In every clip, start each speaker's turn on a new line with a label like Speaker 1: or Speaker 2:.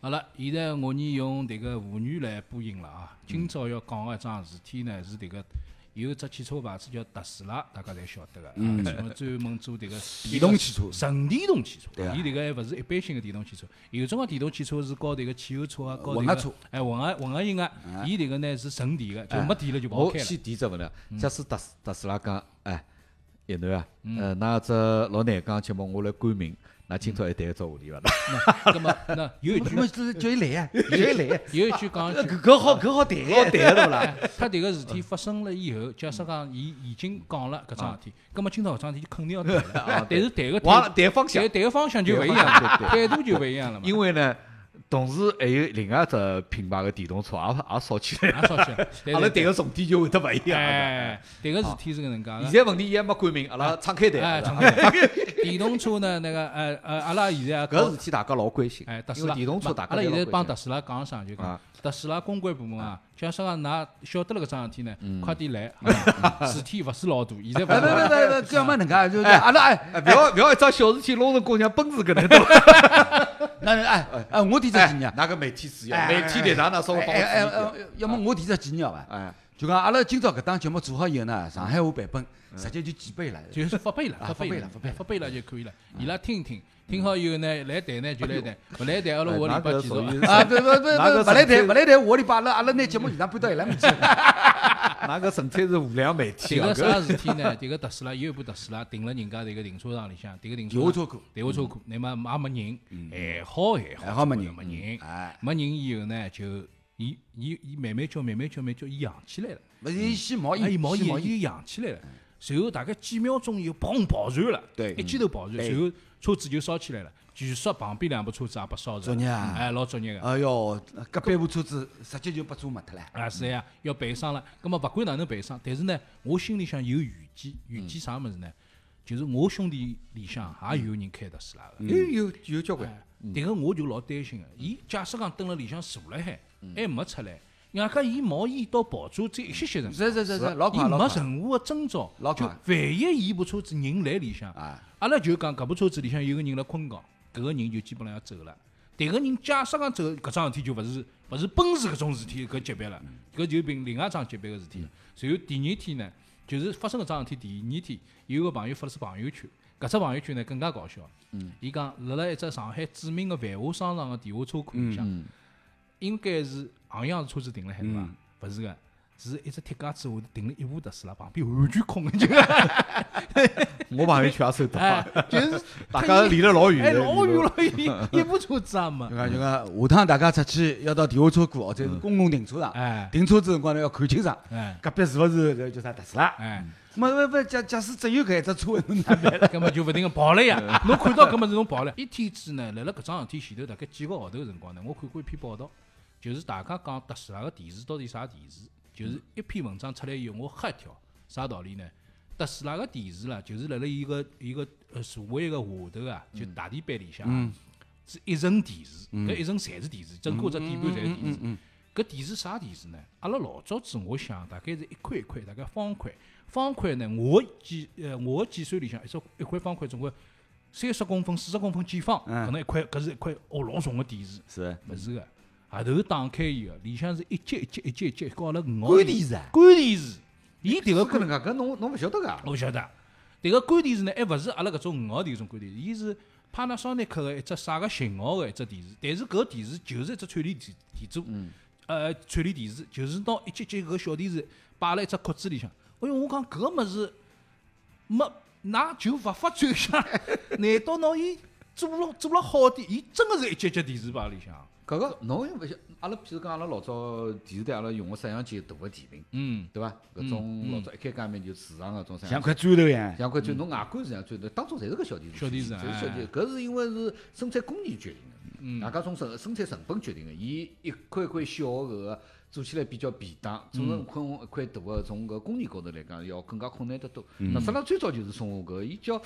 Speaker 1: 好了，现在我呢用迭个妇女来播音了啊。今朝要讲个一桩事体呢，是迭个有一只汽车牌子叫特斯拉，大家侪晓得个。专门做迭个
Speaker 2: 电动汽车
Speaker 1: 纯电动汽车。
Speaker 2: 对啊
Speaker 1: 伊迭个还勿是一般性个电动汽车，有种个电动汽车是搞迭个汽油车啊，搞迭个
Speaker 2: 混合车
Speaker 1: 混合型个。伊迭个呢是纯电个，就没电了就勿好开了。
Speaker 3: 我先提只问题，假使特斯拉讲，一男啊，㑚只老难讲节目，我来冠名，㑚今朝还谈一只话题伐？
Speaker 1: 那么那有一句
Speaker 2: 么叫伊来啊，叫伊来啊，
Speaker 1: 有一句讲一句。
Speaker 2: 搿好谈，好谈对勿啦？
Speaker 1: 他迭个事体发生了以后，假设讲伊已经讲了搿桩事体，葛末今朝搿桩事体肯定要谈了。但是谈个
Speaker 3: 谈方向，
Speaker 1: 谈个方向就勿一样了，态度就勿一样了嘛。
Speaker 3: 因为呢，同时还有另外一只品牌个电动车也烧起来，
Speaker 1: 也烧起来。
Speaker 3: 阿拉谈个重点就会得勿一样。
Speaker 1: 迭个事体是搿能介个。
Speaker 3: 现在问题伊还没冠名，阿拉敞开谈。
Speaker 1: 敞开谈。电动车呢，那个阿拉现在
Speaker 3: 搿事体大家老关心。
Speaker 1: 特斯拉
Speaker 3: 电动车大家
Speaker 1: 阿拉现在帮
Speaker 3: 特
Speaker 1: 特斯拉讲啥就讲，特斯拉公关部门啊，假使讲㑚晓得了搿桩事体呢，快点来，事体勿是老大，现在勿是。
Speaker 2: 对，搿样么能介就是阿拉
Speaker 3: 勿要一桩小事体弄成跟像奔驰搿能多。
Speaker 2: 那我提只建议啊，
Speaker 3: 哪个媒体主要？媒体立场呢稍微帮我
Speaker 2: 要么我提只建议伐？就讲阿拉今朝搿档节目做好以后呢，上海话版本直接就几倍了，
Speaker 1: 就是发配了就可以了。伊拉听一听，听好以后呢，来谈呢就来谈，勿来谈阿拉下礼拜继续。
Speaker 2: 勿来谈，下礼拜阿拉拿节目现场搬到伊拉面去。
Speaker 3: 那个纯粹是无良媒体。
Speaker 1: 迭个啥事体呢？迭个特斯拉有一部特斯拉停了人家迭个停车场里向，迭个停车场电话车库，那么也没人，还好没人，没人以后呢就。伊慢慢叫，伊扬起来了。
Speaker 2: 伊先冒
Speaker 1: 烟，伊扬起来了。随后大概几秒钟以后，砰爆燃了，一记头爆燃，随后车子就烧起来了。据说旁边两部车子也被烧着，老作孽个。
Speaker 2: 哎哟，搿半部车子直接就被炸没脱了。
Speaker 1: 是呀，要赔偿了。葛末勿管哪能赔偿，但是呢，我心里向有预计啥物事呢？就是我兄弟里向也有人开特斯拉个，
Speaker 3: 有交关。
Speaker 1: 迭个我就老担心个。伊假使讲蹲辣里向坐辣海，还没出来，外加伊冒烟到爆炸只一些辰光，
Speaker 2: 是，老快，
Speaker 1: 伊没任何个征兆，就万一伊部车子人来里向，阿拉就讲搿部车子里向有个人辣困觉，搿个人就基本上要走了。迭个人假使讲走，搿桩事体就勿是奔驰搿种事体搿级别了，搿就另外一桩级别个事体了。随后第二天呢，就是发生搿桩事体第二天，有个朋友发了朋友圈。搿只朋友圈呢更加搞笑，伊讲辣辣一只上海著名个繁华商场个电话车库里向，应该是行样车子停辣海对伐？勿是个，是一只铁架子下头停了一部特斯拉，旁边完全空个就。
Speaker 3: 我朋友圈也收到，
Speaker 1: 就是
Speaker 3: 大家离得老远，
Speaker 1: 老远了，一部车子也没。
Speaker 2: 就讲下趟大家出去要到电话车库或者是公共停车场，停车子辰光呢要看清爽，隔壁是勿是叫啥特斯拉？假使只有搿一只车，侬哪办了？
Speaker 1: 根本就勿停个跑了呀！侬看到搿么是侬跑了。一天子呢，辣辣搿桩事体前头大概几个号头个辰光呢，我看过一篇报道，就是大家讲特斯拉个电池到底啥电池？就是一篇文章出来以后，我吓一跳。啥道理呢？特斯拉个电池啦，就是辣辣一个座位个下头啊，就大地板里向是一层电池，搿一层侪是电池，整个只底盘侪是电池。搿电池啥电池呢？阿拉老早子我想大概是一块一块，大概方块。方块呢，我个计算里向一块方块总归30公分、40公分见方，可能一块，搿是一块老重个电池，
Speaker 2: 是
Speaker 1: 勿是个？下头打开以后，里向是一节，搞了5号。
Speaker 2: 干电池啊！
Speaker 1: 干电池，伊迭个
Speaker 3: 搿能介，搿侬勿晓得个？
Speaker 1: 我晓得，迭个干电池呢，还勿是阿拉搿种5号电池种干电池，伊是Panasonic个一只啥个型号个一只电池，但是搿电池就是一只串联电阻，串联电池就是拿一节搿小电池摆辣一只壳子里向。哎哟，我讲搿物事没，㑚就勿发展想，难道拿伊做了好点？伊真个是一节电池摆里向。
Speaker 3: 搿个侬勿晓，阿拉譬如讲阿拉老早电视台阿拉用个摄像机大个电瓶，对伐？搿种老早一开界面就市场搿种摄像机，
Speaker 2: 像块砖头一样，
Speaker 3: 像块砖，侬外观是像砖头，当中侪是个小电池，
Speaker 1: 小电池，
Speaker 3: 侪是小电池。搿是因为是生产工艺决定个，大家从生产成本决定个，伊一块块小个搿个做起来比较便当，做成一块大个，从搿工艺高头来讲要更加困难得多。特斯拉最早就是送搿，伊叫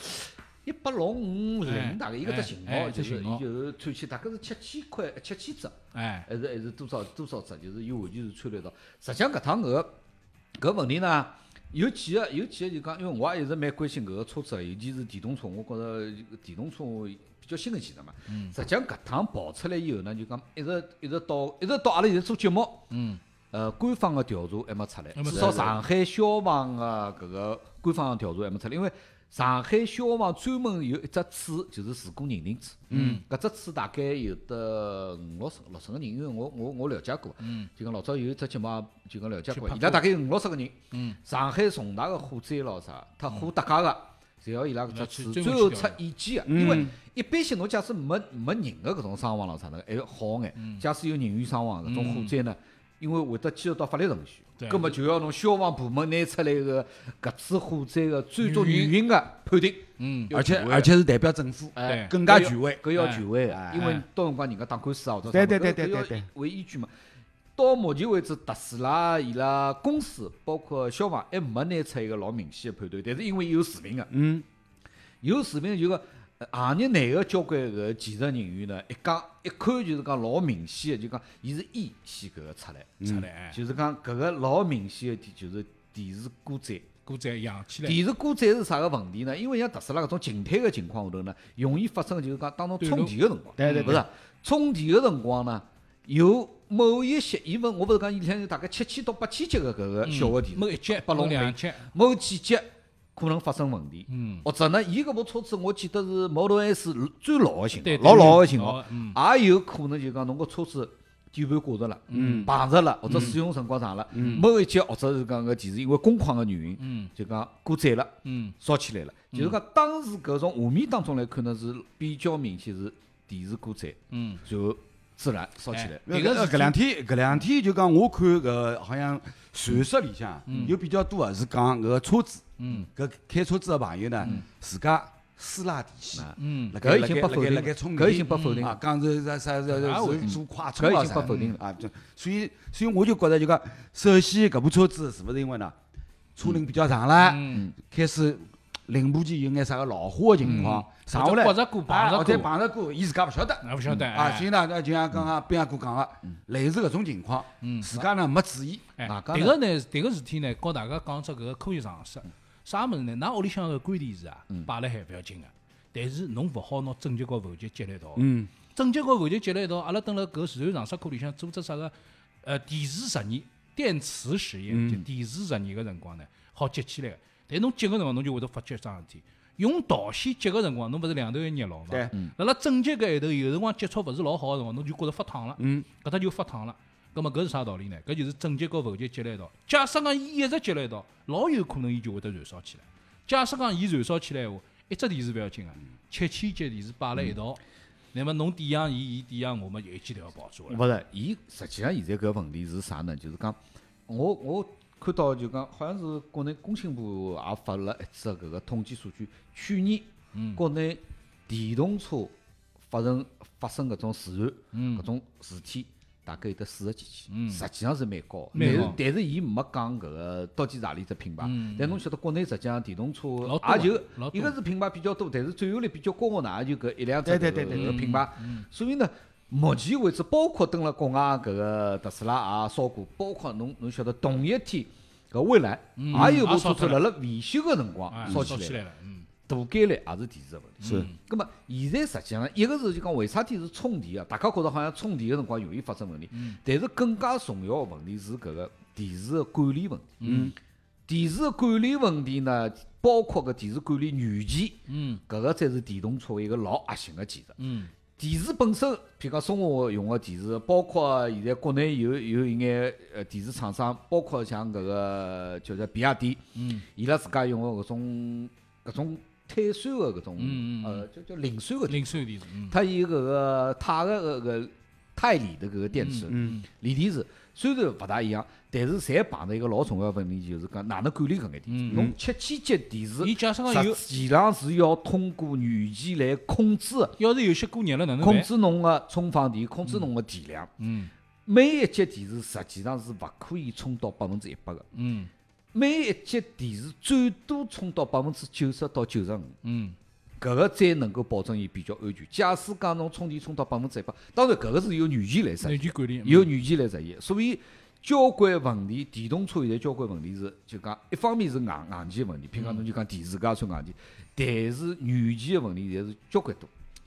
Speaker 3: 18650，大概伊搿只型号，就是伊就是串起大概是7000只，还是多少只，就是伊完全是穿了一道。实际上搿趟搿问题呢，有几个就讲，因为我也一直蛮关心搿个车子，尤其是电动车，我觉着电动车比较新个技术嘛。实际上搿趟跑出来以后呢，就讲一直到阿拉现在做节目，官方个调查还没出来，至少上海消防个搿个官方调查还没出来，因为上海消防专门有一只处，就是事故认定处。搿只处大概有得5、60个人，因为我了解过，就讲老早有一只节目就讲了解过，伊拉大概有50-60个人。上海重大个火灾咯啥，他火搭界个，侪要伊拉搿只处最后出意见个，因为一般性侬假使没人个搿种伤亡咯啥呢，还好眼。假使有人员伤亡搿种火灾呢，因为会得牵涉到法律程序。葛末就要侬消防部门拿出来个搿次火灾个追逐原因个判定，
Speaker 2: 而且是代表政府，更加权威，
Speaker 3: 搿要权威个，因为到辰光人家打官司啊或者
Speaker 2: 啥，
Speaker 3: 搿要为依据嘛。到目前为止，特斯拉伊拉公司包括消防还没拿出一个老明显个判断，但是因为有视频个，有视频就讲行业内个交关个技术人员呢，一看就是讲老明显个，就讲伊是依先搿个出来，就是讲搿个老明显个就是电池过载
Speaker 1: 扬起来。
Speaker 3: 电池过载是啥个问题呢？因为像特斯拉搿种静态个情况下头呢，容易发生就是讲当侬充电个辰光，勿是充电个辰光呢，有某一些伊问我勿是讲伊里向有大概7000到8000级个搿个小个电池，
Speaker 1: 某一级、某两级、
Speaker 3: 某几级。可能发生问题，或者呢，伊搿部车子我记得是 Model S 最老个型号，老个型号，也有可能就讲侬个车子底盘挂着了，碰着了，或者使用辰光长了，某一节或者是讲个电池因为工况个原因，就讲过载了，烧起来了。就是讲当时搿种画面当中来看呢，是比较明显是电池过载，就自然烧起来。
Speaker 2: 搿两天就讲我看搿好像传说里向有比较多个是讲搿个车子。搿开车子个朋友呢，自家私拉电线，
Speaker 3: 搿已经被否定，搿已经被否定
Speaker 2: 啊，讲是啥做快充
Speaker 3: 搿已经被否定了
Speaker 2: 啊。所以我就觉着就讲，首先搿部车子是勿是因为呢，车龄比较长了，开始零部件有眼啥个老化个情况，上下来或者碰着过，伊自家勿晓得，啊，所以呢，就像刚刚边阿哥讲个，类似搿种情况，自家呢没注意。
Speaker 1: 迭个事体呢，告大家讲出搿个科学常识。啥物事呢？㑚屋里向个干电池啊，摆辣海勿要紧个，但是侬勿好拿正极和负极接辣一道。正极和负极接辣一道，阿拉蹲辣搿自然常识课里向做只啥个电池实验、电磁实验，就电池实验个辰光呢，好接起来个。但侬接个辰光，侬就会得发觉一桩事体，用导线接个辰光，侬勿是两头要热牢嘛？辣辣正极搿一头，有辰光接触勿是老好个辰光，侬就觉着发烫了。搿搭就发烫了。咁么搿是啥道理呢？搿就是正极和负极接辣一道。假使讲伊一直接辣一道，老有可能伊就会得燃烧起来。假使讲伊燃烧起来闲话，一只电池勿要紧个，7000级电池摆辣一道，那么侬点燃伊，伊点燃我们就一记头要爆炸了。
Speaker 3: 勿是，伊实际上现在搿问题是啥呢？就是讲，我看到就讲，好像是国内工信部也发了一只搿个统计数据，去年国内电动车发生搿种事案，搿种事体。大概有得40几起，实际上是蛮高，但是伊没讲搿个到底是何里只品牌。但侬晓得国内实际上电动车也就一个是品牌比较多，但是占有率比较高个呢，也就搿一两只搿个品牌。所以呢，目前为止，包括蹲辣国外搿个特斯拉也烧过，包括侬晓得同一天搿蔚来也有部车子辣辣维修个辰光烧起来了。大概率也是电池个问题。
Speaker 2: 是。
Speaker 3: 葛末现在实际上，一个是就讲为啥电池充电啊？大家觉着好像充电个辰光容易发生问题，但是更加重要个问题是搿个电池个管理问题。电池个管理问题呢，包括搿电池管理元件，搿个才是电动车一个老核心个技术。电池本身，譬如讲生活用个电池，包括现在国内有一眼电池厂商，包括像搿个叫做比亚迪，伊拉自家用个搿种。碳酸个搿种，叫磷酸个电池，它有搿个钛个搿个钛锂的搿个电池，锂电池虽然勿大一样，但是侪碰到一个老重要问题，就是讲哪能管理搿眼电池。侬7000级电池，实际上是要通过元件来控制。
Speaker 1: 要是有些过热了，哪能
Speaker 3: 控制侬个充放电，控制侬个电量。每一节电池实际上是勿可以充到100%个。每一节电池最多充到90%到95%，搿个才能够保证伊比较安全。假使讲侬充电充到100%，当然搿个是由元件来实现，由元件来实现。所以交关问题，电动车现在交关问题是就讲，一方面是硬件问题，譬如讲侬就讲电池加算硬件，但是元件个问题现在是交关多。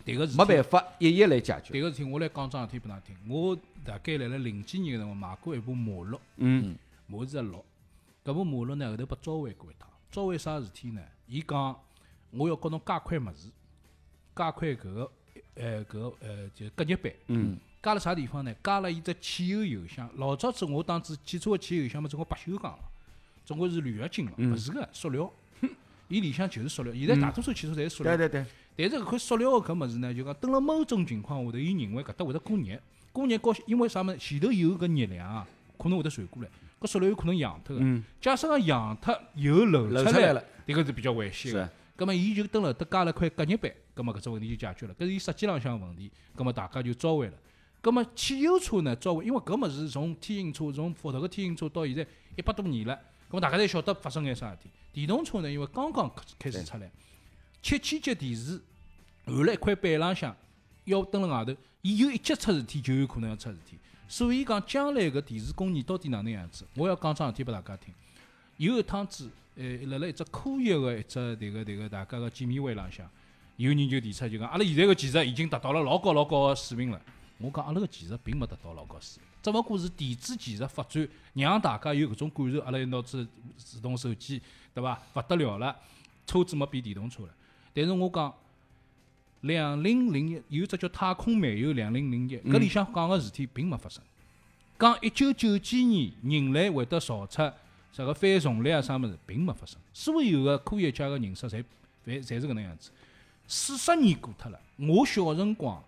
Speaker 1: 迭个事体
Speaker 3: 没办法一一来解决。
Speaker 1: 迭个事体我来讲桩事体拨㑚听。我大概辣辣零几年个辰光买过一部马六，马是只六。搿部马六呢后头被召回过一趟。召回啥事体呢？伊讲我要跟侬加块物事，加块搿个就隔热板。加了啥地方呢？加了伊只汽油油箱。老早子我当时汽车个汽油油箱嘛，总归不锈钢个，总归是铝合金个，勿是个塑料。伊里向就是塑料。现在大多数汽车侪是塑料。
Speaker 2: 对。
Speaker 1: 但是搿块塑料个搿物事呢，就讲蹲辣某种情况下头，伊认为搿搭会得过热，过热高，因为啥物事？前头有搿热量啊，可能会得传过来，搿塑料有可能扬脱个。假使讲扬脱油漏出来了，迭个是比较危险个。葛末伊就蹲辣搭加了块隔热板，葛末搿只问题就解决了。搿是伊设计浪向个问题，葛末大家就召回了。葛末汽油车呢召回，因为搿物事从天行车，从福特个天行车到现在100多年了，葛末大家侪晓得发生眼啥事体。电动车呢，因为刚刚开始出来，7000节电池含辣一块板浪向，要蹲辣外头，伊有一节出事体就有可能要出事体。所以讲，将来搿电池工艺到底哪能样子？我要讲桩事体拨大家听。有一趟子，辣辣一只科学个一只迭个大家个见面会浪向，有人就提出就讲，阿拉现在个技术已经达到了老高个水平了。我讲阿拉个技术并没达到老高水平，只勿过是电子技术发展，让大家有搿种感受。阿拉一拿只自动手机，对伐？勿得了了，车子没比电动车了。但是我讲2001有只叫太空漫游2001，搿里向讲个事体并没发生。讲1990几年人类会得造出啥个反重力啊啥物事，并没发生。所有个科学家个认识侪是搿能样子。40年过脱了，我小个辰光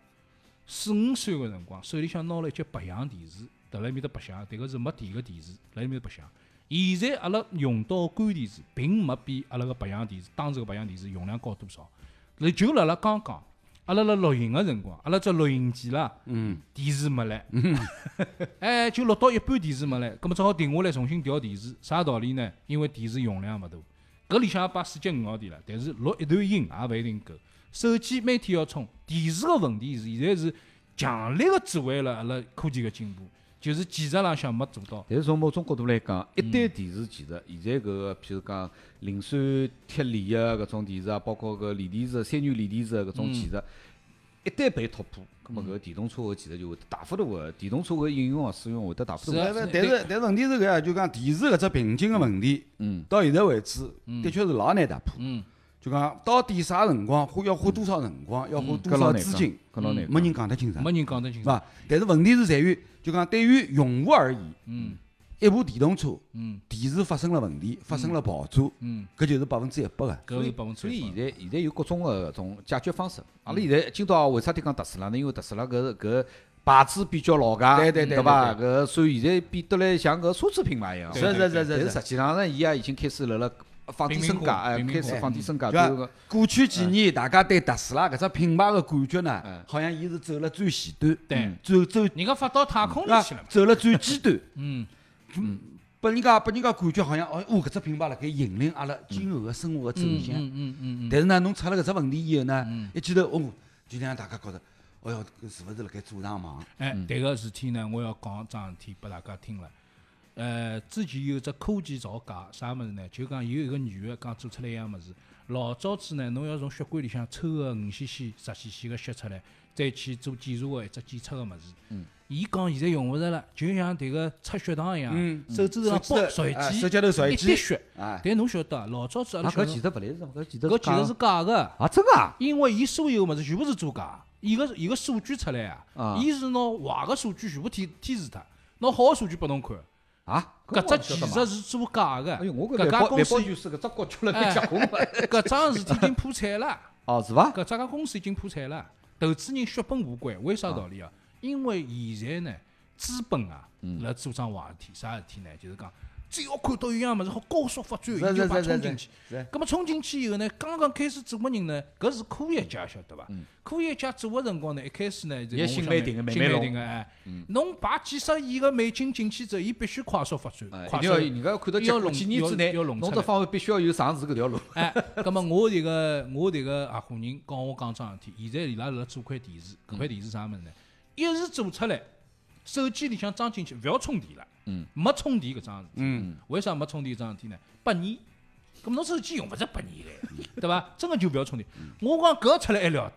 Speaker 1: 4、5岁个辰光，手里向拿了一节白洋电池，辣辣埃面搭白相。迭个是没电个电池，辣埃面搭白相。现在阿拉用到干电池，并没比阿拉个白洋电池当时个白洋电池用量高多少。就辣辣刚刚，阿拉辣录音个辰光，阿拉只录音机啦，电池没了，就录到一半电池没了，葛末只好停下来重新调电池。啥道理呢？因为电池用量勿大，搿里向也摆4节5号电了，但是录一段音也勿一定够。手机每天要充，电池个问题是现在是强烈个阻碍了阿拉科技个进步，就是技术浪向没做到。
Speaker 3: 但是从某种角度来讲，一代电池其实现在搿个，譬如讲磷酸铁锂个搿种电池啊，包括搿锂电池、3元锂电池搿种技术，一旦被突破，葛末搿电动车个技术就会大幅度个，电动车个应用啊使用会得大幅度。
Speaker 2: 但是问题是搿样，就讲电池搿只瓶颈个问题，到现在为止，的确是老难打破。就讲到底啥辰光要花多少辰光，要花多少资金，没人讲得清爽，
Speaker 1: 没人讲得清
Speaker 2: 是伐？但是问题是在于，就讲对于用户而言，一部电动车，电池发生了问题，发生了爆炸，搿就是100%个。
Speaker 1: 搿是100%。
Speaker 3: 所以现在有各种个种解决方式。阿拉现在今朝为啥体讲特斯拉呢？因为特斯拉搿牌子比较老家，对伐？搿所以现在变得来像搿奢侈品牌一样。
Speaker 2: 是。
Speaker 3: 但是实际上呢，伊也已经开始辣辣放低身价，开始放低身价。
Speaker 2: 过去几年，大家对特斯拉搿只品牌个感觉呢，好像伊是走了最前端，走
Speaker 1: 人家发到太空里去了嘛，
Speaker 2: 走了最尖端。拨人家感觉好像搿只品牌辣盖引领阿拉今后个生活个走向。但是呢，侬出了搿只问题以后呢，一记头就让大家觉着，搿是勿是辣盖做上忙？
Speaker 1: 迭个事体呢，我要讲桩事体拨大家听了。之前有只科技造假，啥物事呢？就讲有一个女个讲做出来一样物事，老早子呢，侬要从血管里向抽个5cc、10cc 个血出来，再去做检查个一只检测个物事。伊讲现在用勿着了，就像迭个测血糖一样，手指头上包随机，
Speaker 2: 手脚头随机
Speaker 1: 一滴血。但侬晓得，老早子阿拉
Speaker 3: 搿技术勿来是搿技术
Speaker 1: 是假个
Speaker 3: 啊，真个啊！
Speaker 1: 因为伊所有物事全部是做假，伊个数据出来啊，伊是拿坏个数据全部天除脱，拿好个数据拨侬看。搿只技术是做假个。
Speaker 3: 哎哟，我
Speaker 1: 搿家公司
Speaker 3: 就是搿只角球了，结棍了。
Speaker 1: 搿桩事体已经破产了。
Speaker 3: 是伐？
Speaker 1: 搿家公司已经破产了，投资人血本无归。为啥道理啊？因为现在呢，资本啊，辣做桩坏事体，啥事体呢？就是讲，只要看到有样物事好高速发展，伊就把冲进去。葛末冲进去以后呢，刚刚开始做个人呢，搿是科学家晓得伐？科学家做个辰光呢，一开始呢，
Speaker 3: 也心蛮定个，
Speaker 1: 慢慢定个侬摆几十亿个美金进去之后，伊必须快速发展，快速。
Speaker 3: 人家要看到结果，几年之内，侬这方面必须要有上市搿条路。
Speaker 1: 葛末我迭个合伙人讲我讲桩事体，现在伊拉辣做块电池，搿块电池啥物事呢？一是做出来，手机里向装进去，勿要充电了。没充电搿桩事体。为啥没充电搿桩事体呢？8年，咁侬手机用勿着8年嘞，对伐？真个就勿要充电。我讲搿出来还了得，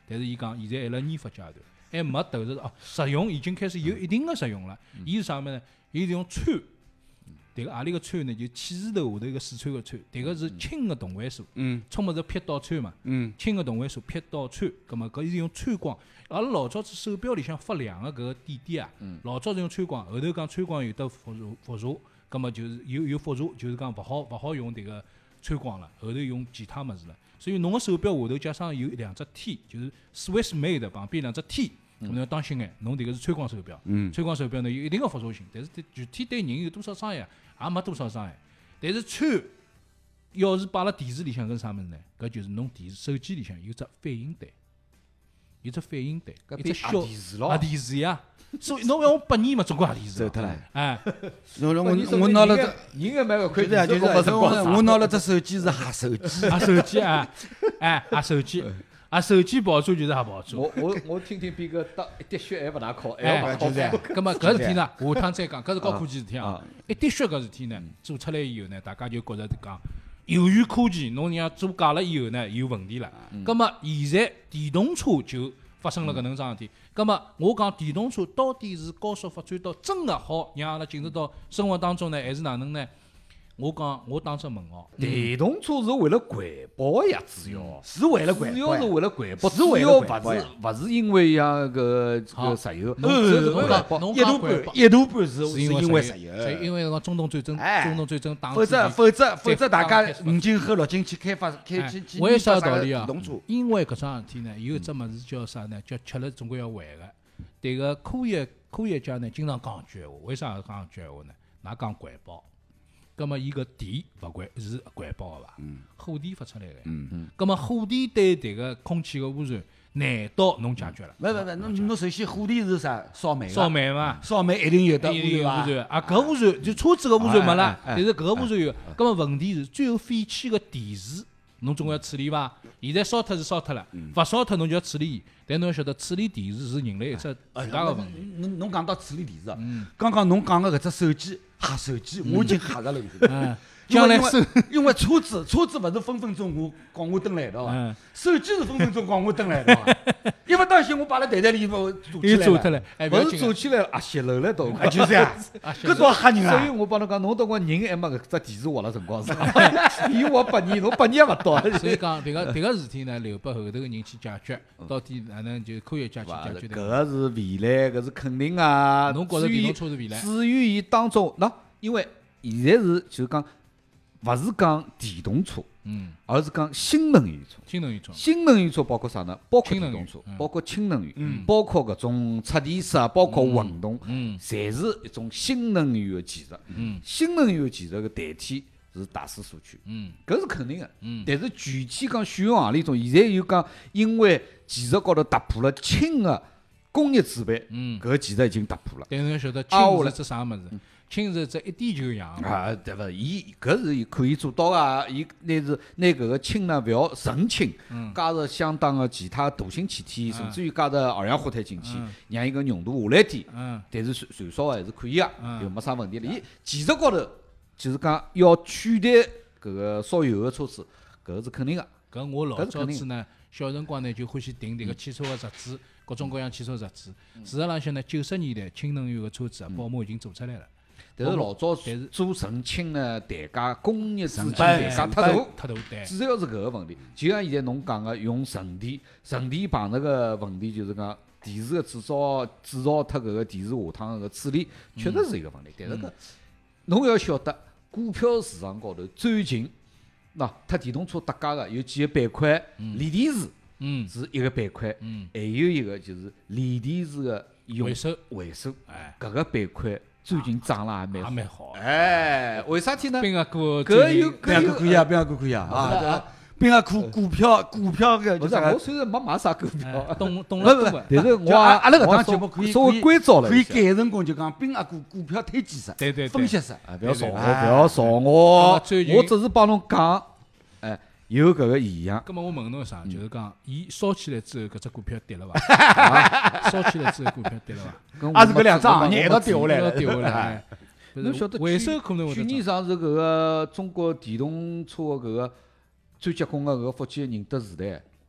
Speaker 1: 但是伊讲现在还辣研发阶段，还没投入实用已经开始有一定的实用了。伊是啥物事呢？伊是用氚，迭个何里个氚呢？就气字头下头一个四川个氚，迭个是氢个同位素。充么是撇倒氚嘛？氢个同位素撇倒氚，葛末搿是用氚光。阿拉老早子手表里向发亮个搿个点点啊，老早是用氚光，后头讲氚光有得辐射，葛末就是有辐射，就是讲勿好用迭个氚光了，后头用其他物事了。所以侬个手表下头加上有两只 T， 就是 Swiss made 旁边两只 T， 侬要当心眼，侬迭个是氚光手表。氚光手表呢有一定个辐射性，但是具体对人有多少伤害也没多少伤害。但是氚要是摆辣电视里向，搿是啥物事呢？搿就是侬手机里向有只反应堆，有只反应堆，一只小核电池呀。所以侬要用8年嘛，总归核电池。
Speaker 2: 走脱了。
Speaker 1: 哎，
Speaker 2: 我拿了只，
Speaker 3: 人个蛮个快
Speaker 2: 就是
Speaker 3: 电池，
Speaker 2: 我拿了只手机是核手机。
Speaker 1: 核手机啊，核手机。手机爆炸就是核爆炸。
Speaker 3: 我听边个打一滴血还勿大靠，还
Speaker 2: 要
Speaker 3: 靠。
Speaker 1: 葛末搿事体呢，下趟再讲，搿是高科技事体啊。一滴血搿事体呢，做出来以后呢，大家就觉着讲，由于科技，侬让做假了以后呢，有问题了。葛末现在电动车就发生了搿能桩事体。葛末我讲电动车到底是高速发展到真个好，让阿拉进入到生活当中呢，还是哪能呢？我讲，我打只问号。
Speaker 3: 电动车是为了环保呀，主要
Speaker 2: 是为了环保，
Speaker 3: 主要是为了环保，
Speaker 2: 主要
Speaker 3: 勿是因为像搿石油。
Speaker 2: 一大半是因为石油，
Speaker 1: 所以因为讲中东战争打。
Speaker 2: 否则大家5斤和6斤去开
Speaker 1: 为啥道理啊？因为搿桩事体呢，有一只物事叫啥呢？叫吃了总归要还个。迭个科学家呢，经常讲句闲话，为啥讲句闲话呢？㑚讲环保。葛末伊个电勿是环保个伐？火电发出来个。葛末火电对迭个空气个污染，难道侬解决了？
Speaker 2: 勿，侬首先火电是啥？烧煤
Speaker 1: 嘛，
Speaker 2: 烧煤一定有得
Speaker 1: 污染啊！搿污染就车子个污染没了，但是搿个污染有。葛末问题是最后废弃个电池，侬总归要处理伐？现在烧脱是烧脱了，勿烧脱侬就要处理伊。但侬要晓得，处理电池是人类一只巨大个问题。
Speaker 2: 侬讲到处理电池啊，刚刚侬讲个搿只手机，核手机，我已经吓着了。将来因为车子勿是分分钟光我登来一道啊，手机是分分钟光我登来一道啊。一勿当心我摆辣袋袋里头
Speaker 1: 做脱了，
Speaker 3: 勿是做起来了，泄漏了都。
Speaker 2: 就是呀，搿多吓人啊！
Speaker 3: 所以我帮侬讲，侬等我人还没搿只电池活了辰光是吧？伊活8年，侬8年还勿到。
Speaker 1: 所以讲迭个事体呢，留拨后头个人去解决，到底哪能就科学家去解决？
Speaker 3: 搿个是未来，搿是肯定啊。
Speaker 1: 侬觉着电动车是未来？
Speaker 3: 至于伊当中，因为现在是就是讲。勿是讲电动车，而是讲新能源车。新能源车包括啥呢？包括电动车，包括氢能源，包括搿种插电式啊，包括混动，侪是一种新能源的技术。新能源技术的代替是大势所趋，搿是肯定的。但是具体讲选用何里种，现在又讲因为技术高头突破了氢的工业制备，搿技术已经突破了。
Speaker 1: 但是侬晓得氢是只啥物事？氢是只一点就氧
Speaker 3: 啊，对勿？伊搿是可以做到啊！伊拿搿个氢呢，勿要纯氢，加入相当的其他惰性气体，甚至于加入二氧化碳进去，让伊个浓度下来点。但是燃烧还是可以啊，又没啥问题了。伊技术高头就是讲要取代搿个烧油个车子，搿是肯定个。
Speaker 1: 搿我老早子呢，小辰光呢就欢喜订迭个汽车个杂志，各种各样汽车杂志。事实浪向呢，90年代氢能源个车子啊，宝马已经做出来了。
Speaker 3: 但是老早做纯氢呢，代价工业资金代价太大，主要是搿个问题。就像现在侬讲个用纯电碰着个问题，就是讲电池个制造脱搿个电池下趟个处理，确实是一个问题。但是搿侬要晓得，股票市场高头最近脱电动车搭界个有几个板块，锂电池是一个板块，还有一个就是锂电池个回收，搿个板块。最近涨了还蛮好，为啥体呢？
Speaker 1: 滨海股
Speaker 2: 可以啊，滨海股可以啊，滨海股票个就是
Speaker 3: 我虽然没买啥股票，
Speaker 1: 懂了，
Speaker 3: 但是我
Speaker 2: 阿拉搿档节目可以
Speaker 3: 稍微关照了，
Speaker 2: 可以改成功就讲滨海股票推荐式，
Speaker 1: 对，
Speaker 2: 分析式，
Speaker 3: 不要吵我，我只是帮侬讲，有搿个现象。
Speaker 1: 葛末我问侬啥？就是讲，伊烧起来之后，搿只股票跌了伐？烧起来之后，股票跌了伐？
Speaker 2: 也是搿两只行业一道掉下来。
Speaker 1: 侬晓得回收可能会
Speaker 3: 去年上是搿个中国电动车搿个最结棍个搿个福建宁德时代，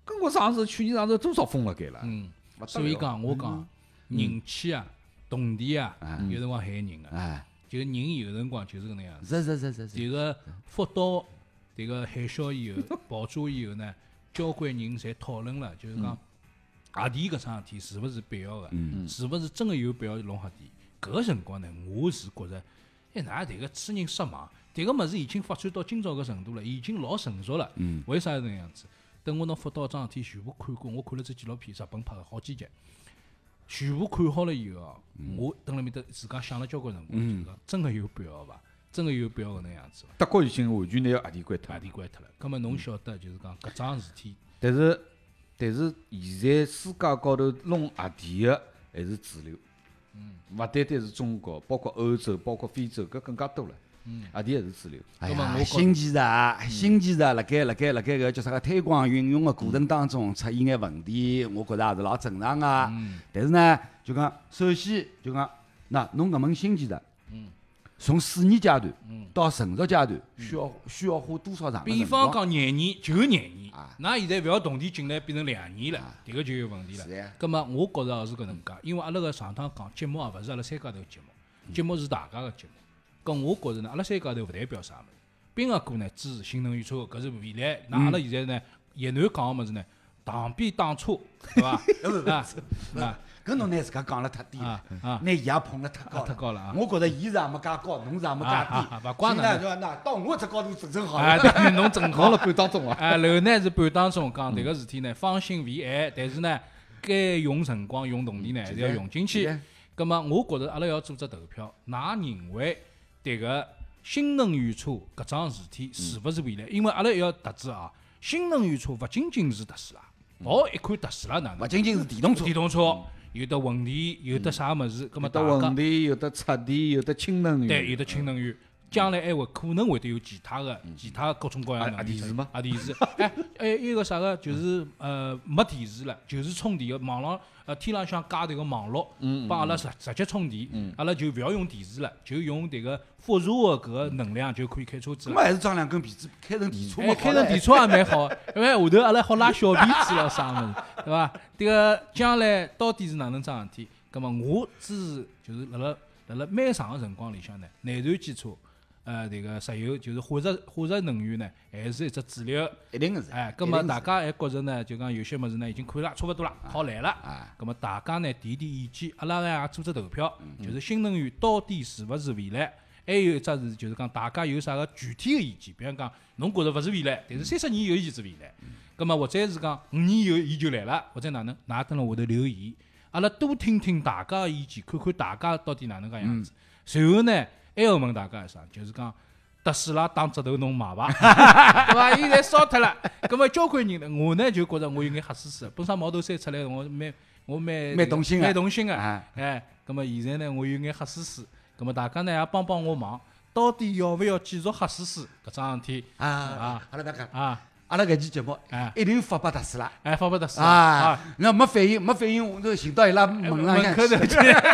Speaker 3: 跟我去年上次多少封了该了。
Speaker 1: 所以讲我讲人气啊、动地啊，有辰光害人个。就人有辰光就是搿能样子。
Speaker 2: 是。
Speaker 1: 迭个福岛迭个海啸以后爆发以后呢，交关人侪讨论了，就是讲核电搿桩事体是勿是必要个，是勿是真个有必要弄核电？搿个辰光呢，我是觉着，㖏迭个痴人说梦，迭个物事已经发展到今朝搿程度了，已经老成熟了。为啥是搿能样子？等我拿福岛桩事体全部看过，我看了只纪录片，日本拍个好几集，全部看好了以后，我蹲辣面搭自家想了交关辰光，就是讲真个有必要伐？真个有必要搿能样子伐？
Speaker 3: 德国已经完全拿核电关脱，
Speaker 1: 核电关脱了。葛末侬晓得，就是讲搿桩事体，
Speaker 3: 但是现在世界高头弄核电个还是主流，勿单单是中国，包括欧洲，包括非洲，搿更加多了。核电还是主流。
Speaker 2: 新技术辣盖搿叫啥个推广运用个过程当中出现眼问题，我觉着也是老正常个。但是呢，就讲首先就讲，侬搿门新技术，从试验阶段到成熟阶段，需要花多少长？
Speaker 1: 比方讲廿年就廿年，㑚现在勿要动地进来变成2年了，迭个就有问题了。葛末我觉着是搿能介，因为阿拉个上趟讲节目也勿是阿拉三家头节目，节目是大家个节目。咁我觉着呢，阿拉三家头勿代表啥物事。冰河哥呢支持新能源车，搿是未来。那阿拉现在呢，叶南讲个物事呢，打边打车，对伐？
Speaker 2: 搿侬拿自家讲了太低了，拿伊也捧了太高了。我觉着伊是也没介高，侬是也没介低。
Speaker 1: 勿怪侬，
Speaker 2: 那到我这高度正好
Speaker 1: 了。对，侬正好
Speaker 3: 了半当中啊。
Speaker 1: 楼呢是半当中讲迭个事体呢，方兴未艾，但是呢，该用辰光用动力呢还是要用进去。葛末我觉着阿拉要做只投票，㑚认为？迭个新能源车搿桩事体是勿是未来？因为阿拉要特知啊，新能源车勿仅仅是特斯拉，一看特斯拉哪能？
Speaker 2: 勿仅仅是电动车，
Speaker 1: 有得混电，有得啥物事？葛末
Speaker 3: 大家混电，有得插电，有得氢能源，
Speaker 1: 对，有得氢能源。将来还会可能会得有其他各种各样的
Speaker 3: 电池吗？
Speaker 1: 电池，一个啥个就是没电池了，就是充电个网浪天浪向加迭个网络，帮阿拉直接充电，阿拉就勿要用电池了，就用迭个发热个搿个能量就可以开车子了。
Speaker 2: 咾还是装2根皮子开成电车嘛？
Speaker 1: 开成电车也蛮好，因为下头阿拉好拉小皮子咯啥物事，对伐？迭个将来到底是哪能桩事体？葛末我支持就是辣辣蛮长个辰光里向呢，内燃机车。迭个石油就是化石能源呢，还是一只主流，
Speaker 2: 一定个是。
Speaker 1: 葛末大家还觉着呢，就讲有些物事呢已经看了差勿多了，好来了。葛末大家呢提意见，阿拉呢也做只投票，就是新能源到底是勿是未来？还有一只是就是讲大家有啥个具体个意见，比方讲侬觉着勿是未来，但是30年以后伊是未来。葛末或者是讲5年以后伊就来了，或者哪能？㑚蹲辣下头留言，阿拉多听听大家个意见，看看大家到底哪能介样子。随后呢？还要问大家啥？就是讲特斯拉打折头侬买伐？对伐？现在烧脱了，葛末交关人呢，我呢就觉着我有眼黑丝丝。本身毛头山出来，我蛮
Speaker 2: 动心个，
Speaker 1: 蛮动心个。葛末现在呢，我有眼黑丝丝。葛末大家呢也帮我忙，到底要勿要继续黑丝丝搿桩事体？
Speaker 2: 阿拉勿讲阿拉搿期节目一定发拨特斯拉，
Speaker 1: 发拨特斯拉。
Speaker 2: 那没反应，我就寻到伊拉门
Speaker 1: 口头去。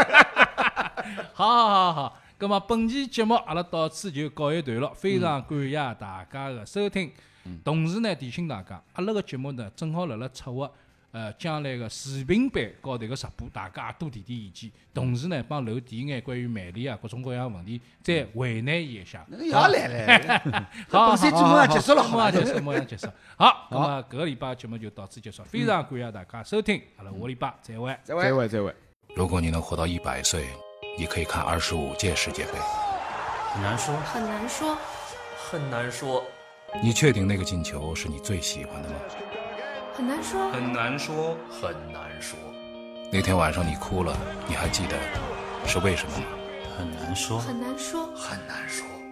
Speaker 1: 好。咁么，本期节目阿拉到此就告一段落，非常感谢大家的收听。同时呢，提醒大家，阿拉个节目呢，正好辣辣策划将来个视频版和迭个直播，大家也多提意见。同时呢，帮楼提眼关于卖力啊各种各样问题，再为难伊一下。
Speaker 2: 要来，
Speaker 1: 好，
Speaker 2: 本身节目结束了，
Speaker 1: 马上结束。好，咁么搿个礼拜节目就到此结束，非常感谢大家收听，阿拉下礼拜再会。
Speaker 3: 再会。
Speaker 4: 如果你能活到100岁。你可以看25届世界杯，
Speaker 5: 很难说，
Speaker 6: 很难说，
Speaker 5: 很难说。
Speaker 4: 你确定那个进球是你最喜欢的吗？
Speaker 6: 很难说，
Speaker 5: 很难说，很难说。
Speaker 4: 那天晚上你哭了，你还记得是为什么吗？
Speaker 5: 很难说，
Speaker 6: 很难说，
Speaker 5: 很难说。